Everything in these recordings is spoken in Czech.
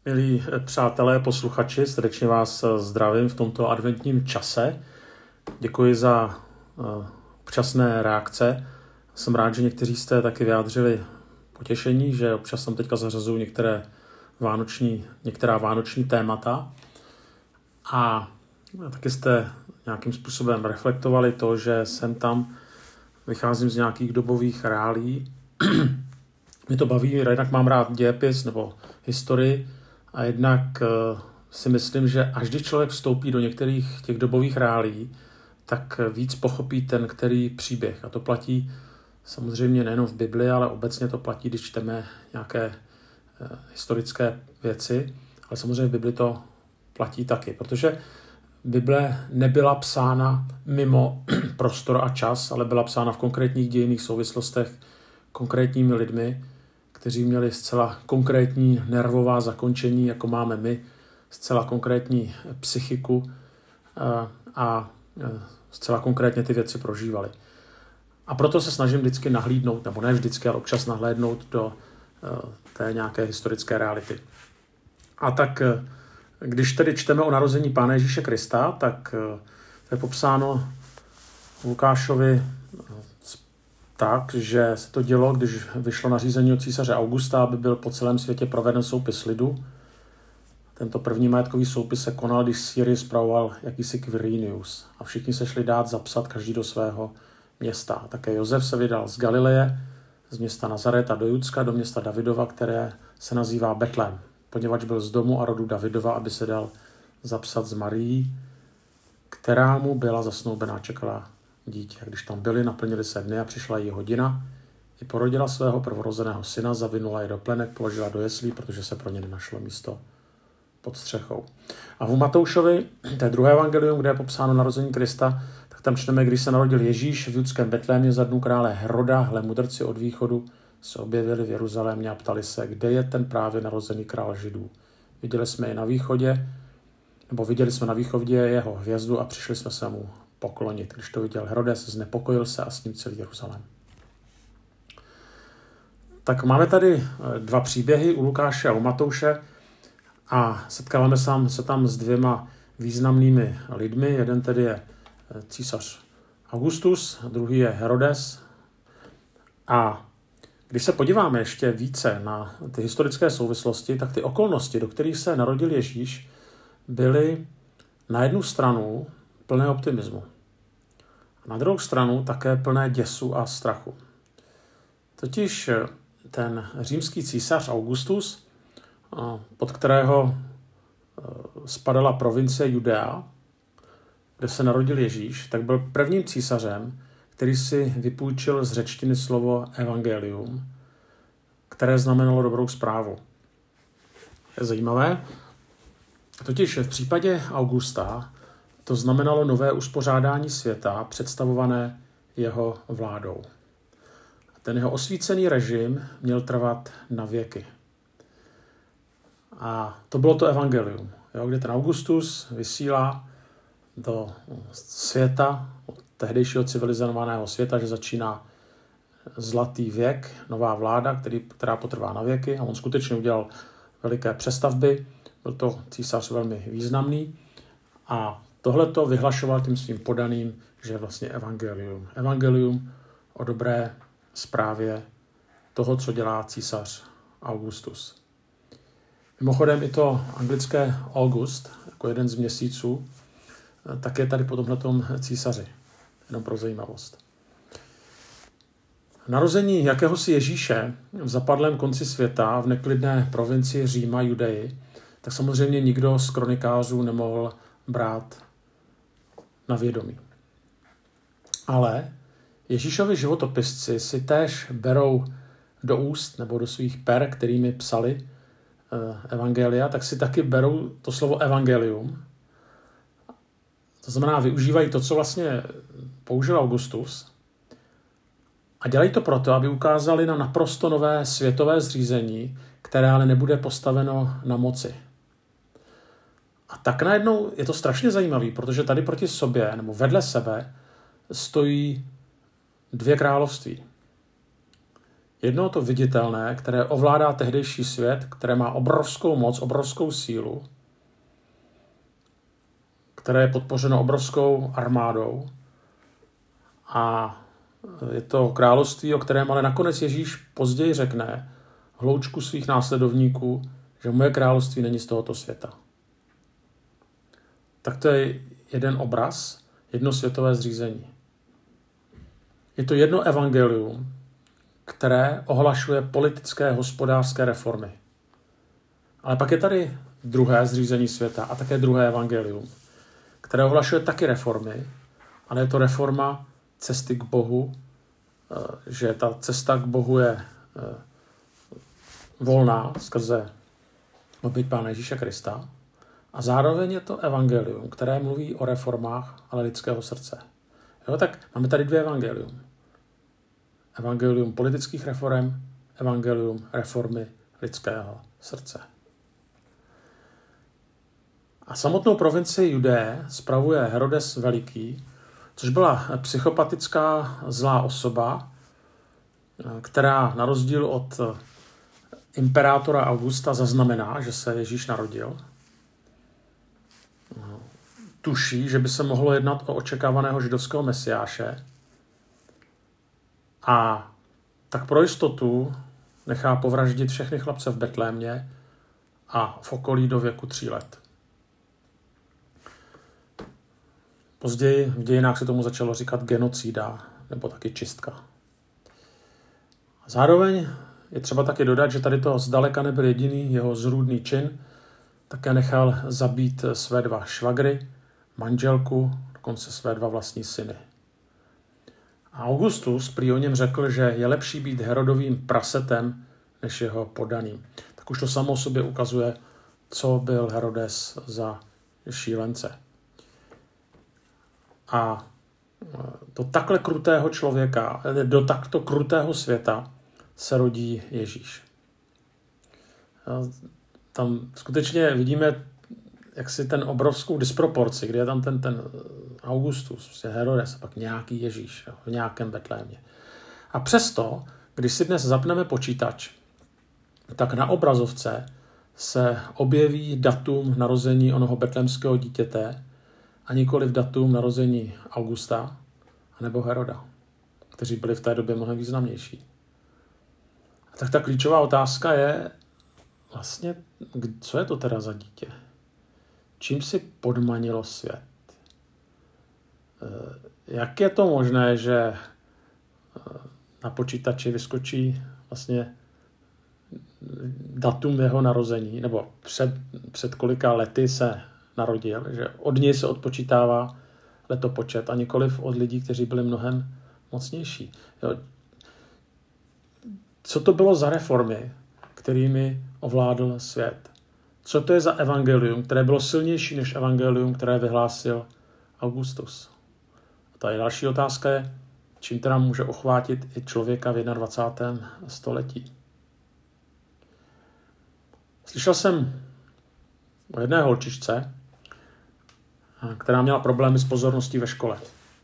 Milí přátelé, posluchači, srdečně vás zdravím v tomto adventním čase. Děkuji za občasné reakce. Jsem rád, že někteří jste taky vyjádřili potěšení, že občas tam teďka zařazuju některá vánoční témata. A taky jste nějakým způsobem reflektovali to, že sem tam vycházím z nějakých dobových reálí. Mě to baví, jednak mám rád dějepis nebo historii, a jednak si myslím, že až když člověk vstoupí do některých těch dobových reálí, tak víc pochopí ten, který příběh. A to platí samozřejmě nejen v Bibli, ale obecně to platí, když čteme nějaké historické věci. Ale samozřejmě v Bibli to platí taky, protože Bible nebyla psána mimo prostor a čas, ale byla psána v konkrétních dějinných souvislostech konkrétními lidmi, kteří měli zcela konkrétní nervová zakončení, jako máme my, zcela konkrétní psychiku a zcela konkrétně ty věci prožívali. A proto se snažím vždycky nahlídnout, nebo ne vždycky, ale občas nahlédnout do té nějaké historické reality. A tak, když tedy čteme o narození Pána Ježíše Krista, tak to je popsáno Lukášovi tak, že se to dělo, když vyšlo nařízení od císaře Augusta, aby byl po celém světě proveden soupis lidu. Tento první majetkový soupis se konal, když Sýrii spravoval jakýsi Quirinius a všichni se šli dát zapsat každý do svého města. Také Josef se vydal z Galileje, z města Nazareta do Judska, do města Davidova, které se nazývá Betlém, poněvadž byl z domu a rodu Davidova, aby se dal zapsat s Marií, která mu byla zasnoubená, čekala dítě. Když tam byli, naplnili se dny a přišla její hodina. I porodila svého prvorozeného syna, zavinula je do plenek, položila do jeslí, protože se pro ně nenašlo místo pod střechou. A v Matoušovi, to je druhé evangelium, kde je popsáno narození Krista, tak tam čteme, když se narodil Ježíš v judském Betlémě za dnů krále Heroda, hle mudrci od východu se objevili v Jeruzalémě a ptali se, kde je ten právě narozený král Židů. Viděli jsme na východě jeho hvězdu a přišli jsme se mu poklonit. Když to viděl Herodes, znepokojil se a s ním celý Jeruzalém. Tak máme tady dva příběhy u Lukáše a u Matouše a setkáváme se tam s dvěma významnými lidmi. Jeden tedy je císař Augustus, druhý je Herodes. A když se podíváme ještě více na ty historické souvislosti, tak ty okolnosti, do kterých se narodil Ježíš, byly na jednu stranu plné optimismu. A na druhou stranu také plné děsu a strachu. Totiž ten římský císař Augustus, pod kterého spadala provincie Judea, kde se narodil Ježíš, tak byl prvním císařem, který si vypůjčil z řečtiny slovo evangelium, které znamenalo dobrou zprávu. Je zajímavé. Totiž v případě Augusta to znamenalo nové uspořádání světa, představované jeho vládou. Ten jeho osvícený režim měl trvat na věky. A to bylo to evangelium, kde ten Augustus vysílá do světa, tehdejšího civilizovaného světa, že začíná zlatý věk, nová vláda, která potrvá na věky. A on skutečně udělal veliké přestavby, byl to císař velmi významný a tohleto vyhlašoval tím svým podaným, že je vlastně evangelium. Evangelium o dobré zprávě toho, co dělá císař Augustus. Mimochodem i to anglické August, jako jeden z měsíců, tak je tady po tomhletom císaři. Jenom pro zajímavost. Narození jakéhosi Ježíše v zapadlém konci světa v neklidné provincii Říma, Judeji, tak samozřejmě nikdo z kronikářů nemohl brát na vědomí. Ale Ježíšovi životopisci si též berou do úst nebo do svých per, kterými psali evangelia, tak si taky berou to slovo evangelium. To znamená, využívají to, co vlastně použil Augustus a dělají to proto, aby ukázali na naprosto nové světové zřízení, které ale nebude postaveno na moci. A tak najednou je to strašně zajímavé, protože tady proti sobě nebo vedle sebe stojí dvě království. Jedno to viditelné, které ovládá tehdejší svět, které má obrovskou moc, obrovskou sílu, které je podpořeno obrovskou armádou. A je to království, o kterém ale nakonec Ježíš později řekne hloučku svých následovníků, že moje království není z tohoto světa. Tak to je jeden obraz, jedno světové zřízení. Je to jedno evangelium, které ohlašuje politické, hospodářské reformy. Ale pak je tady druhé zřízení světa a také druhé evangelium, které ohlašuje taky reformy, ale je to reforma cesty k Bohu, že ta cesta k Bohu je volná skrze oběť Pána Ježíše Krista. A zároveň je to evangelium, které mluví o reformách, ale lidského srdce. Jo, tak máme tady dvě evangelium. Evangelium politických reform, evangelium reformy lidského srdce. A samotnou provincii Judeje spravuje Herodes Veliký, což byla psychopatická zlá osoba, která na rozdíl od imperátora Augusta zaznamená, že se Ježíš narodil. Tuší, že by se mohlo jednat o očekávaného židovského mesiáše. A tak pro jistotu nechá povraždit všechny chlapce v Betlémě a v okolí do věku 3 let. Později v dějinách se tomu začalo říkat genocida nebo taky čistka. Zároveň je třeba taky dodat, že tady to zdaleka nebyl jediný jeho zrůdný čin. Také nechal zabít své 2 švagry, manželku, dokonce své 2 vlastní syny. A Augustus prý o něm řekl, že je lepší být Herodovým prasetem, než jeho poddaným. Tak už to samo o sobě ukazuje, co byl Herodes za šílence. A do takhle krutého člověka, do takto krutého světa se rodí Ježíš. Tam skutečně vidíme jaksi ten obrovskou disproporci, kde je tam ten Augustus, prostě Herodes, a pak nějaký Ježíš, jo, v nějakém Betlémě. A přesto, když si dnes zapneme počítač, tak na obrazovce se objeví datum narození onoho betlémského dítěte a nikoliv datum narození Augusta nebo Heroda, kteří byli v té době mnohem významnější. A tak ta klíčová otázka je vlastně, co je to teda za dítě? Čím si podmanilo svět? Jak je to možné, že na počítači vyskočí vlastně datum jeho narození, nebo před kolika lety se narodil, že od něj se odpočítává letopočet a nikoliv od lidí, kteří byli mnohem mocnější. Jo. Co to bylo za reformy, kterými ovládl svět? Co to je za evangelium, které bylo silnější než evangelium, které vyhlásil Augustus? A ta další otázka je, čím teda může ochvátit i člověka v 21. století. Slyšel jsem o jedné holčičce, která měla problémy s pozorností ve škole.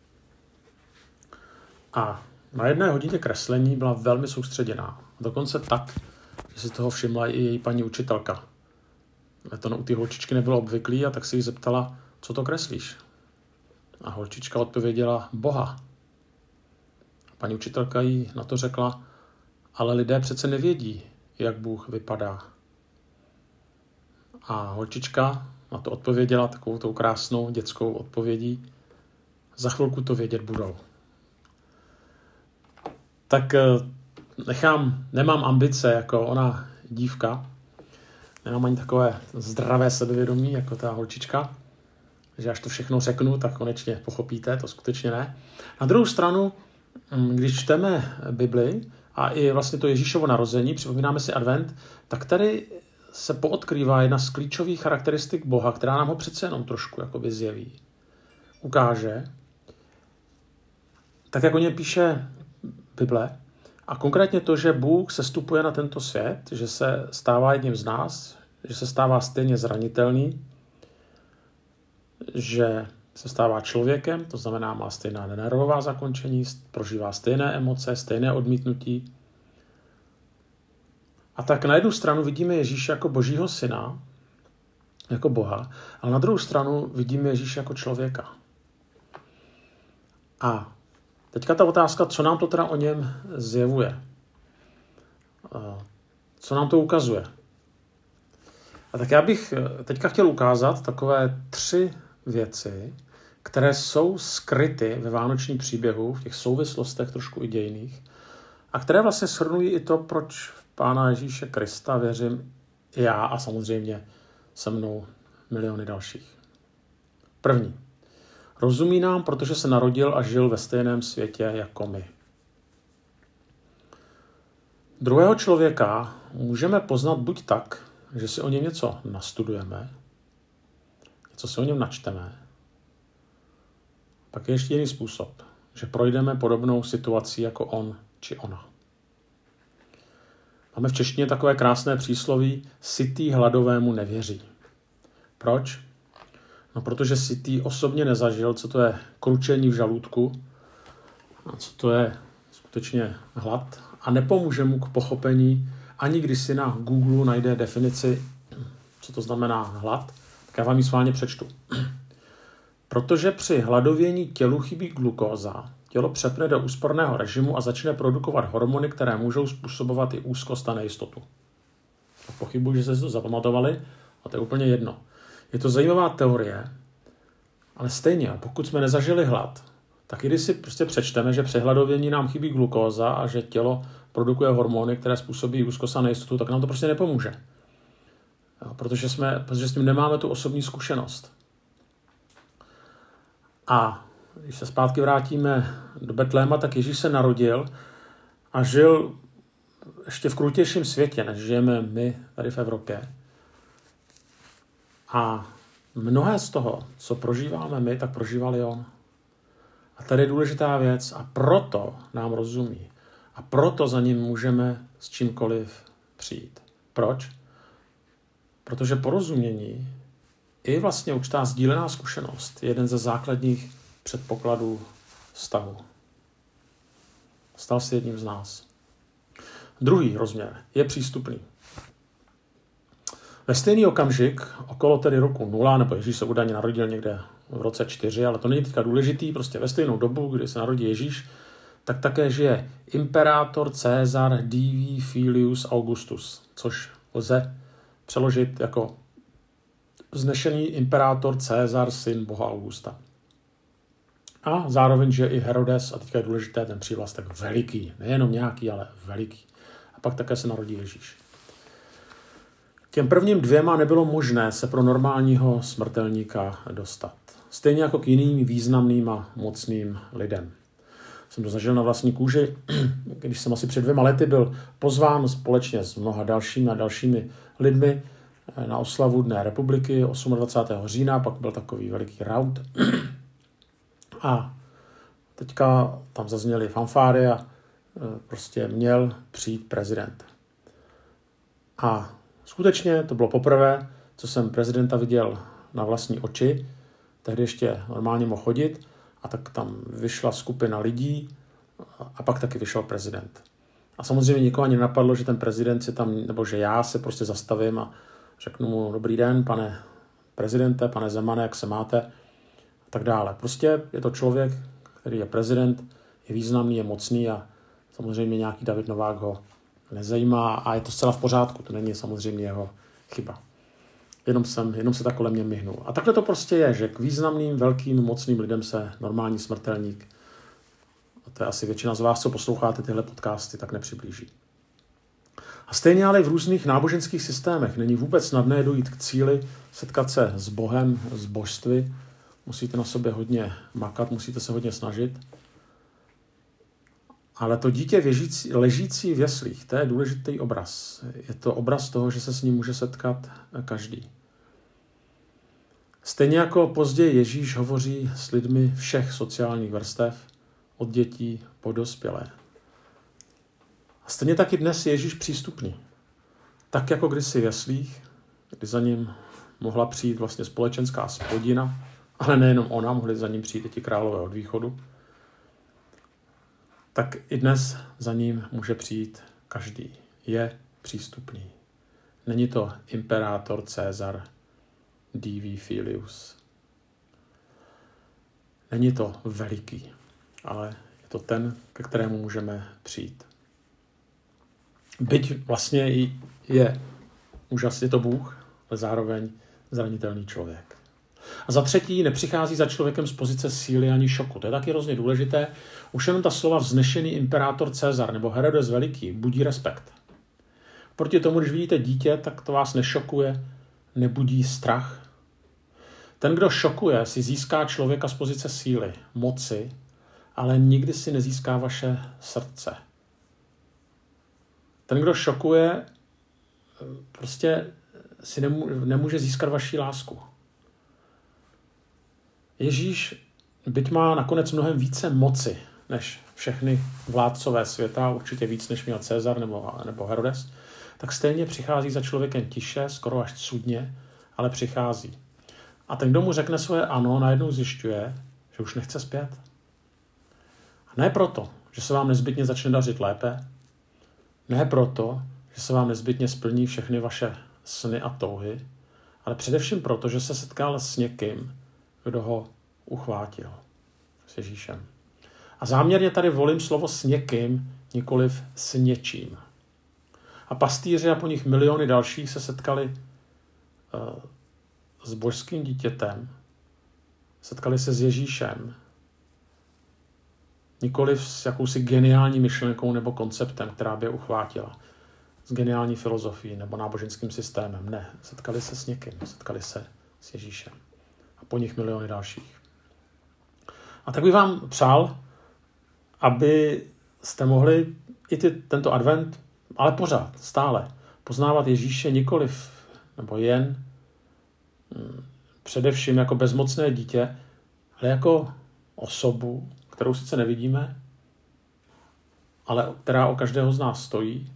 A na jedné hodině kreslení byla velmi soustředěná. Dokonce tak, že si toho všimla i její paní učitelka. To u té holčičky nebylo obvyklý a tak se jí zeptala, co to kreslíš. A holčička odpověděla Boha. Paní učitelka jí na to řekla, ale lidé přece nevědí, jak Bůh vypadá. A holčička na to odpověděla takovou tou krásnou dětskou odpovědí, za chvilku to vědět budou. Tak nemám ambice jako ona dívka, nemám ani takové zdravé sebevědomí jako ta holčička, že až to všechno řeknu, tak konečně pochopíte, to skutečně ne. Na druhou stranu, když čteme Bibli a i vlastně to Ježíšovo narození, připomínáme si advent, tak tady se poodkrývá jedna z klíčových charakteristik Boha, která nám ho přece jenom trošku jakoby zjeví. Ukáže, tak jak o něm píše Bible, a konkrétně to, že Bůh sestupuje na tento svět, že se stává jedním z nás, že se stává stejně zranitelný, že se stává člověkem, to znamená má stejná nervová zakončení, prožívá stejné emoce, stejné odmítnutí, A tak na jednu stranu vidíme Ježíše jako Božího syna, jako Boha, ale na druhou stranu vidíme Ježíše jako člověka. A teďka ta otázka, co nám to teda o něm zjevuje? Co nám to ukazuje? A tak já bych teďka chtěl ukázat takové 3 věci, které jsou skryty ve vánočním příběhu, v těch souvislostech trošku i dějných, a které vlastně shrnují i to, proč v Pána Ježíše Krista věřím i já a samozřejmě se mnou miliony dalších. První. Rozumí nám, protože se narodil a žil ve stejném světě jako my. Druhého člověka můžeme poznat buď tak, že si o něm něco nastudujeme, něco si o něm načteme, pak je ještě jiný způsob, že projdeme podobnou situací jako on či ona. Máme v češtině takové krásné přísloví: sytý hladovému nevěří. Proč? No, protože sytý osobně nezažil, co to je kručení v žaludku a co to je skutečně hlad, a nepomůže mu k pochopení, ani když si na Google najde definici, co to znamená hlad, tak já vám ji schválně přečtu. Protože při hladovění tělu chybí glukóza, tělo přepne do úsporného režimu a začne produkovat hormony, které můžou způsobovat i úzkost a nejistotu. A pochybuji, že jste si to zapamatovali, a to je úplně jedno. Je to zajímavá teorie, ale stejně, pokud jsme nezažili hlad, tak i když si prostě přečteme, že při hladovění nám chybí glukóza a že tělo produkuje hormony, které způsobí úzkost a nejistotu, tak nám to prostě nepomůže. Protože s tím nemáme tu osobní zkušenost. A když se zpátky vrátíme do Betléma, tak Ježíš se narodil a žil ještě v krutějším světě, než žijeme my tady v Evropě. A mnohé z toho, co prožíváme my, tak prožíval i on. A tady je důležitá věc a proto nám rozumí. A proto za ním můžeme s čímkoliv přijít. Proč? Protože porozumění i vlastně určitá sdílená zkušenost je jeden ze základních předpokladů vztahu. Stal se jedním z nás. Druhý rozměr je přístupný. Ve stejný okamžik, okolo tedy roku 0, nebo Ježíš se údajně narodil někde v roce 4, ale to není teďka důležitý, prostě ve stejnou dobu, kdy se narodí Ježíš, tak také žije imperátor César Divi Filius Augustus, což lze přeložit jako vznešený imperátor César, syn boha Augusta. A zároveň žije i Herodes, a teďka je důležité ten přívlastek veliký, nejenom nějaký, ale veliký. A pak také se narodí Ježíš. Těm prvním 2 nebylo možné se pro normálního smrtelníka dostat. Stejně jako k jiným významným a mocným lidem. Jsem to zažil na vlastní kůži, když jsem asi před 2 lety byl pozván společně s mnoha dalšími lidmi na oslavu Dne republiky 28. října, pak byl takový veliký raut. A teďka tam zazněly fanfáry a prostě měl přijít prezident. A skutečně to bylo poprvé, co jsem prezidenta viděl na vlastní oči. Tehdy ještě normálně mohl chodit a tak tam vyšla skupina lidí a pak taky vyšel prezident. A samozřejmě nikoho ani nenapadlo, že ten prezident si tam, nebo že já se prostě zastavím a řeknu mu: dobrý den, pane prezidente, pane Zemane, jak se máte? A tak dále. Prostě je to člověk, který je prezident, je významný, je mocný a samozřejmě nějaký David Novák ho nezajímá a je to zcela v pořádku, to není samozřejmě jeho chyba. Jenom se tak kolem mě myhnul. A takhle to prostě je, že k významným, velkým, mocným lidem se normální smrtelník, a to je asi většina z vás, co posloucháte tyhle podcasty, tak nepřiblíží. A stejně ale v různých náboženských systémech není vůbec snadné dojít k cíli, setkat se s Bohem, s božstvy. Musíte na sobě hodně makat, musíte se hodně snažit. Ale to dítě ležící v jeslích, to je důležitý obraz. Je to obraz toho, že se s ním může setkat každý. Stejně jako později Ježíš hovoří s lidmi všech sociálních vrstev, od dětí po dospělé. A stejně taky dnes je Ježíš přístupný. Tak jako kdysi v jeslích, kdy za ním mohla přijít vlastně společenská spodina, ale nejenom ona, mohli za ním přijít i ti králové od východu, tak i dnes za ním může přijít každý. Je přístupný. Není to imperátor Caesar Divi Filius. Není to veliký, ale je to ten, ke kterému můžeme přijít. Byť vlastně je úžasně to Bůh, ale zároveň zranitelný člověk. A za třetí, nepřichází za člověkem z pozice síly ani šoku. To je taky hrozně důležité. Už jenom ta slova vznešený imperátor Cezar nebo Herodes Veliký budí respekt. Proti tomu, když vidíte dítě, tak to vás nešokuje, nebudí strach. Ten, kdo šokuje, si získá člověka z pozice síly, moci, ale nikdy si nezíská vaše srdce. Ten, kdo šokuje, prostě si nemůže získat vaši lásku. Ježíš, byť má nakonec mnohem více moci než všechny vládcové světa, určitě víc, než měl Cezar nebo Herodes, tak stejně přichází za člověkem tiše, skoro až cudně, ale přichází. A ten, kdo mu řekne svoje ano, najednou zjišťuje, že už nechce zpět. A ne proto, že se vám nezbytně začne dařit lépe, ne proto, že se vám nezbytně splní všechny vaše sny a touhy, ale především proto, že se setkal s někým, kdo ho uchvátil, s Ježíšem. A záměrně tady volím slovo s někým, nikoliv s něčím. A pastýři a po nich miliony dalších se setkali s božským dítětem, setkali se s Ježíšem, nikoliv s jakousi geniální myšlenkou nebo konceptem, která by je uchvátila, s geniální filozofií nebo náboženským systémem. Ne, setkali se s někým, setkali se s Ježíšem. A po nich miliony dalších. A tak bych vám přál, aby jste mohli i tento advent, ale pořád, stále, poznávat Ježíše nikoliv, nebo jen především jako bezmocné dítě, ale jako osobu, kterou sice nevidíme, ale která o každého z nás stojí,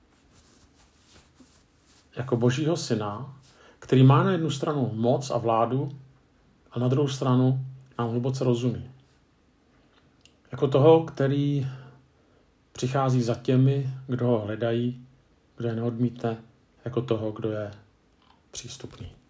jako Božího syna, který má na jednu stranu moc a vládu, a na druhou stranu nám hluboce rozumí. Jako toho, který přichází za těmi, kdo ho hledají, kdo je neodmítne, jako toho, kdo je přístupný.